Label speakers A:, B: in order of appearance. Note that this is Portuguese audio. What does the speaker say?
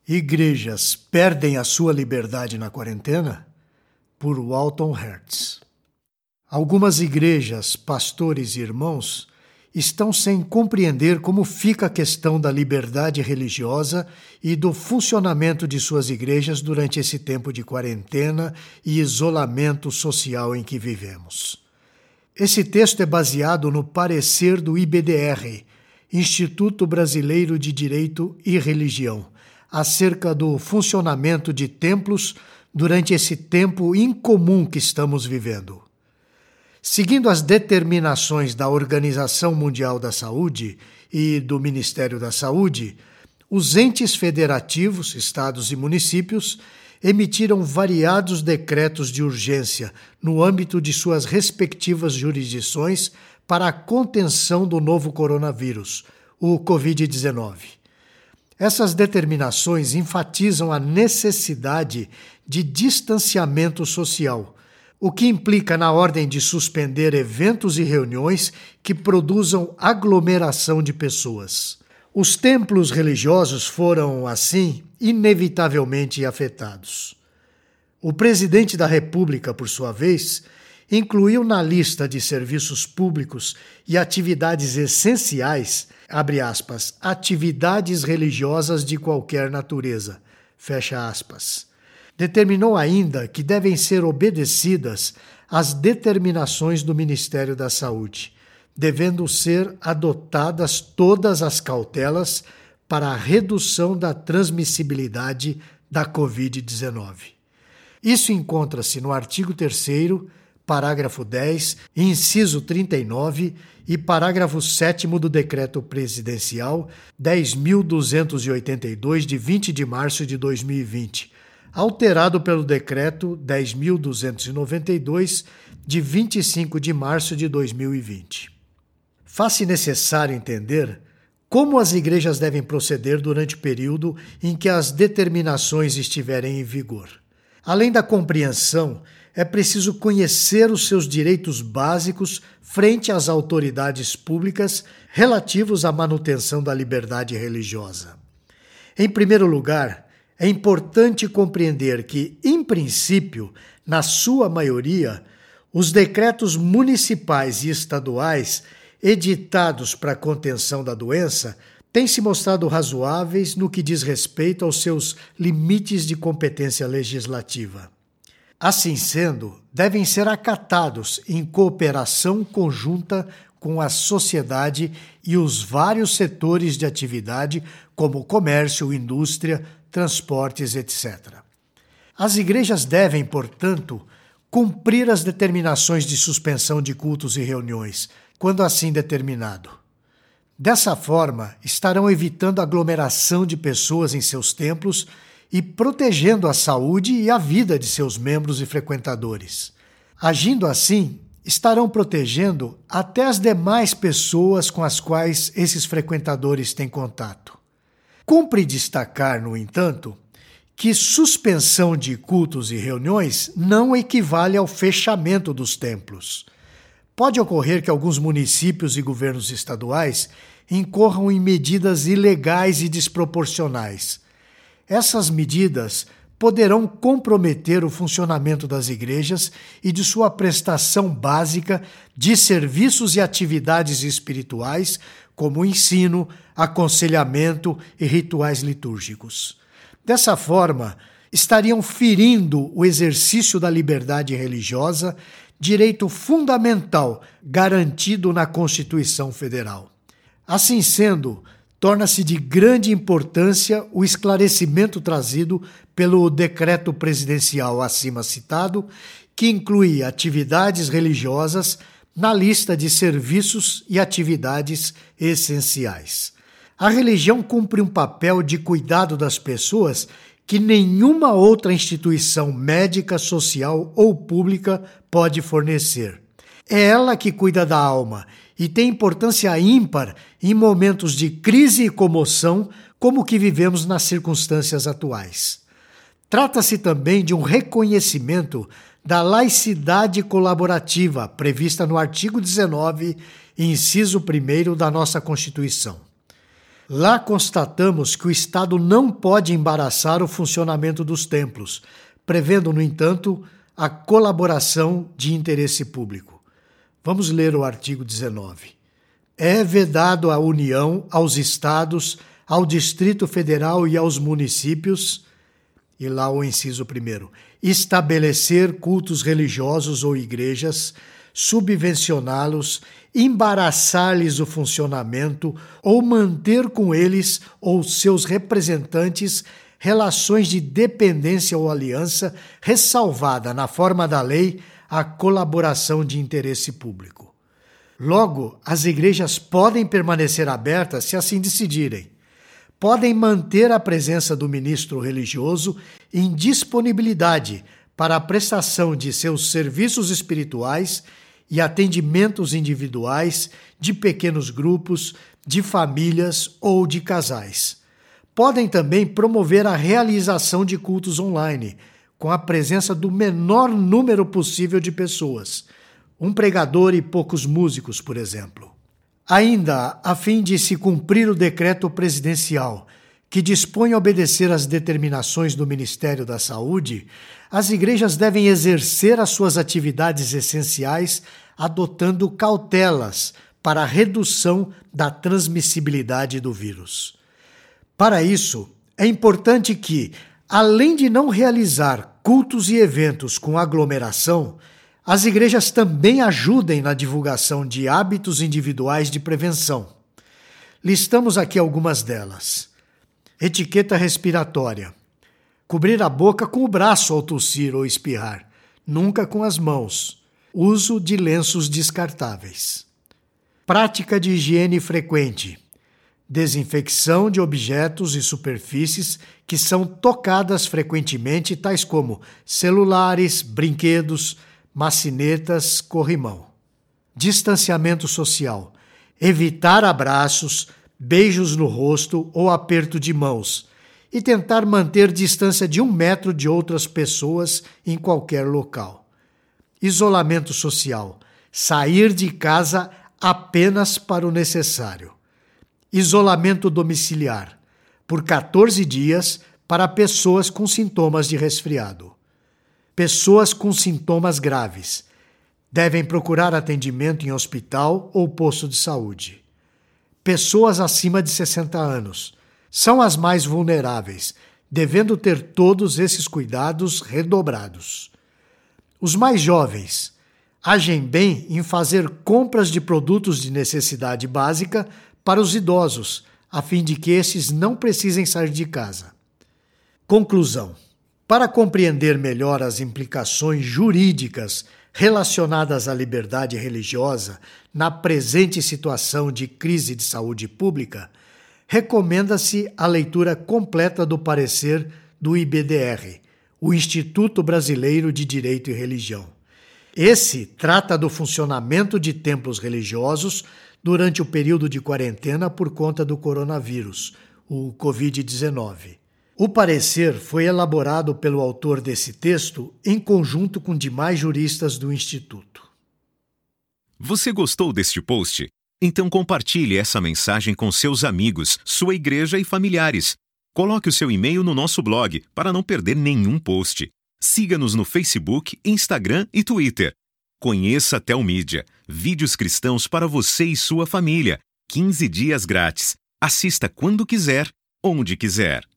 A: Igrejas perdem a sua liberdade na quarentena? Por Walton Hertz. Algumas igrejas, pastores e irmãos estão sem compreender como fica a questão da liberdade religiosa e do funcionamento de suas igrejas durante esse tempo de quarentena e isolamento social em que vivemos. Esse texto é baseado no parecer do IBDR, Instituto Brasileiro de Direito e Religião, acerca do funcionamento de templos durante esse tempo incomum que estamos vivendo. Seguindo as determinações da Organização Mundial da Saúde e do Ministério da Saúde, os entes federativos, estados e municípios, emitiram variados decretos de urgência no âmbito de suas respectivas jurisdições para a contenção do novo coronavírus, o Covid-19. Essas determinações enfatizam a necessidade de distanciamento social, o que implica na ordem de suspender eventos e reuniões que produzam aglomeração de pessoas. Os templos religiosos foram, assim, inevitavelmente afetados. O presidente da República, por sua vez, incluiu na lista de serviços públicos e atividades essenciais, abre aspas, atividades religiosas de qualquer natureza, fecha aspas. Determinou ainda que devem ser obedecidas às determinações do Ministério da Saúde, devendo ser adotadas todas as cautelas para a redução da transmissibilidade da Covid-19. Isso encontra-se no artigo 3º, parágrafo 10, inciso 39 e parágrafo 7º do Decreto Presidencial 10.282, de 20 de março de 2020, alterado pelo Decreto 10.292, de 25 de março de 2020. Faz-se necessário entender como as igrejas devem proceder durante o período em que as determinações estiverem em vigor. Além da compreensão, é preciso conhecer os seus direitos básicos frente às autoridades públicas relativos à manutenção da liberdade religiosa. Em primeiro lugar, é importante compreender que, em princípio, na sua maioria, os decretos municipais e estaduais editados para a contenção da doença têm se mostrado razoáveis no que diz respeito aos seus limites de competência legislativa. Assim sendo, devem ser acatados em cooperação conjunta com a sociedade e os vários setores de atividade, como comércio, indústria, transportes, etc. As igrejas devem, portanto, cumprir as determinações de suspensão de cultos e reuniões, quando assim determinado. Dessa forma, estarão evitando aglomeração de pessoas em seus templos e protegendo a saúde e a vida de seus membros e frequentadores. Agindo assim, estarão protegendo até as demais pessoas com as quais esses frequentadores têm contato. Cumpre destacar, no entanto, que suspensão de cultos e reuniões não equivale ao fechamento dos templos. Pode ocorrer que alguns municípios e governos estaduais incorram em medidas ilegais e desproporcionais. Essas medidas poderão comprometer o funcionamento das igrejas e de sua prestação básica de serviços e atividades espirituais, como ensino, aconselhamento e rituais litúrgicos. Dessa forma, estariam ferindo o exercício da liberdade religiosa, direito fundamental garantido na Constituição Federal. Assim sendo, torna-se de grande importância o esclarecimento trazido pelo decreto presidencial acima citado, que inclui atividades religiosas na lista de serviços e atividades essenciais. A religião cumpre um papel de cuidado das pessoas que nenhuma outra instituição médica, social ou pública pode fornecer. É ela que cuida da alma e tem importância ímpar em momentos de crise e comoção como o que vivemos nas circunstâncias atuais. Trata-se também de um reconhecimento da laicidade colaborativa prevista no artigo 19, inciso 1º da nossa Constituição. Lá constatamos que o Estado não pode embaraçar o funcionamento dos templos, prevendo, no entanto, a colaboração de interesse público. Vamos ler o artigo 19. É vedado à União, aos Estados, ao Distrito Federal e aos municípios, e lá o inciso 1, estabelecer cultos religiosos ou igrejas, subvencioná-los, embaraçar-lhes o funcionamento ou manter com eles ou seus representantes relações de dependência ou aliança, ressalvada na forma da lei a colaboração de interesse público. Logo, as igrejas podem permanecer abertas se assim decidirem. Podem manter a presença do ministro religioso em disponibilidade para a prestação de seus serviços espirituais e atendimentos individuais de pequenos grupos, de famílias ou de casais. Podem também promover a realização de cultos online, com a presença do menor número possível de pessoas, um pregador e poucos músicos, por exemplo. Ainda, a fim de se cumprir o decreto presidencial, que dispõe a obedecer às determinações do Ministério da Saúde, as igrejas devem exercer as suas atividades essenciais adotando cautelas para a redução da transmissibilidade do vírus. Para isso, é importante que, além de não realizar cultos e eventos com aglomeração, as igrejas também ajudem na divulgação de hábitos individuais de prevenção. Listamos aqui algumas delas. Etiqueta respiratória. Cobrir a boca com o braço ao tossir ou espirrar, nunca com as mãos. Uso de lenços descartáveis. Prática de higiene frequente. Desinfecção de objetos e superfícies que são tocadas frequentemente, tais como celulares, brinquedos, macinetas, corrimão. Distanciamento social. Evitar abraços, beijos no rosto ou aperto de mãos e tentar manter distância de 1 metro de outras pessoas em qualquer local. Isolamento social. Sair de casa apenas para o necessário. Isolamento domiciliar. Por 14 dias para pessoas com sintomas de resfriado. Pessoas com sintomas graves devem procurar atendimento em hospital ou posto de saúde. Pessoas acima de 60 anos são as mais vulneráveis, devendo ter todos esses cuidados redobrados. Os mais jovens agem bem em fazer compras de produtos de necessidade básica para os idosos, a fim de que esses não precisem sair de casa. Conclusão. Para compreender melhor as implicações jurídicas relacionadas à liberdade religiosa na presente situação de crise de saúde pública, recomenda-se a leitura completa do parecer do IBDR, o Instituto Brasileiro de Direito e Religião. Esse trata do funcionamento de templos religiosos durante o período de quarentena por conta do coronavírus, o Covid-19. O parecer foi elaborado pelo autor desse texto em conjunto com demais juristas do Instituto.
B: Você gostou deste post? Então compartilhe essa mensagem com seus amigos, sua igreja e familiares. Coloque o seu e-mail no nosso blog para não perder nenhum post. Siga-nos no Facebook, Instagram e Twitter. Conheça a Telmídia, vídeos cristãos para você e sua família. 15 dias grátis. Assista quando quiser, onde quiser.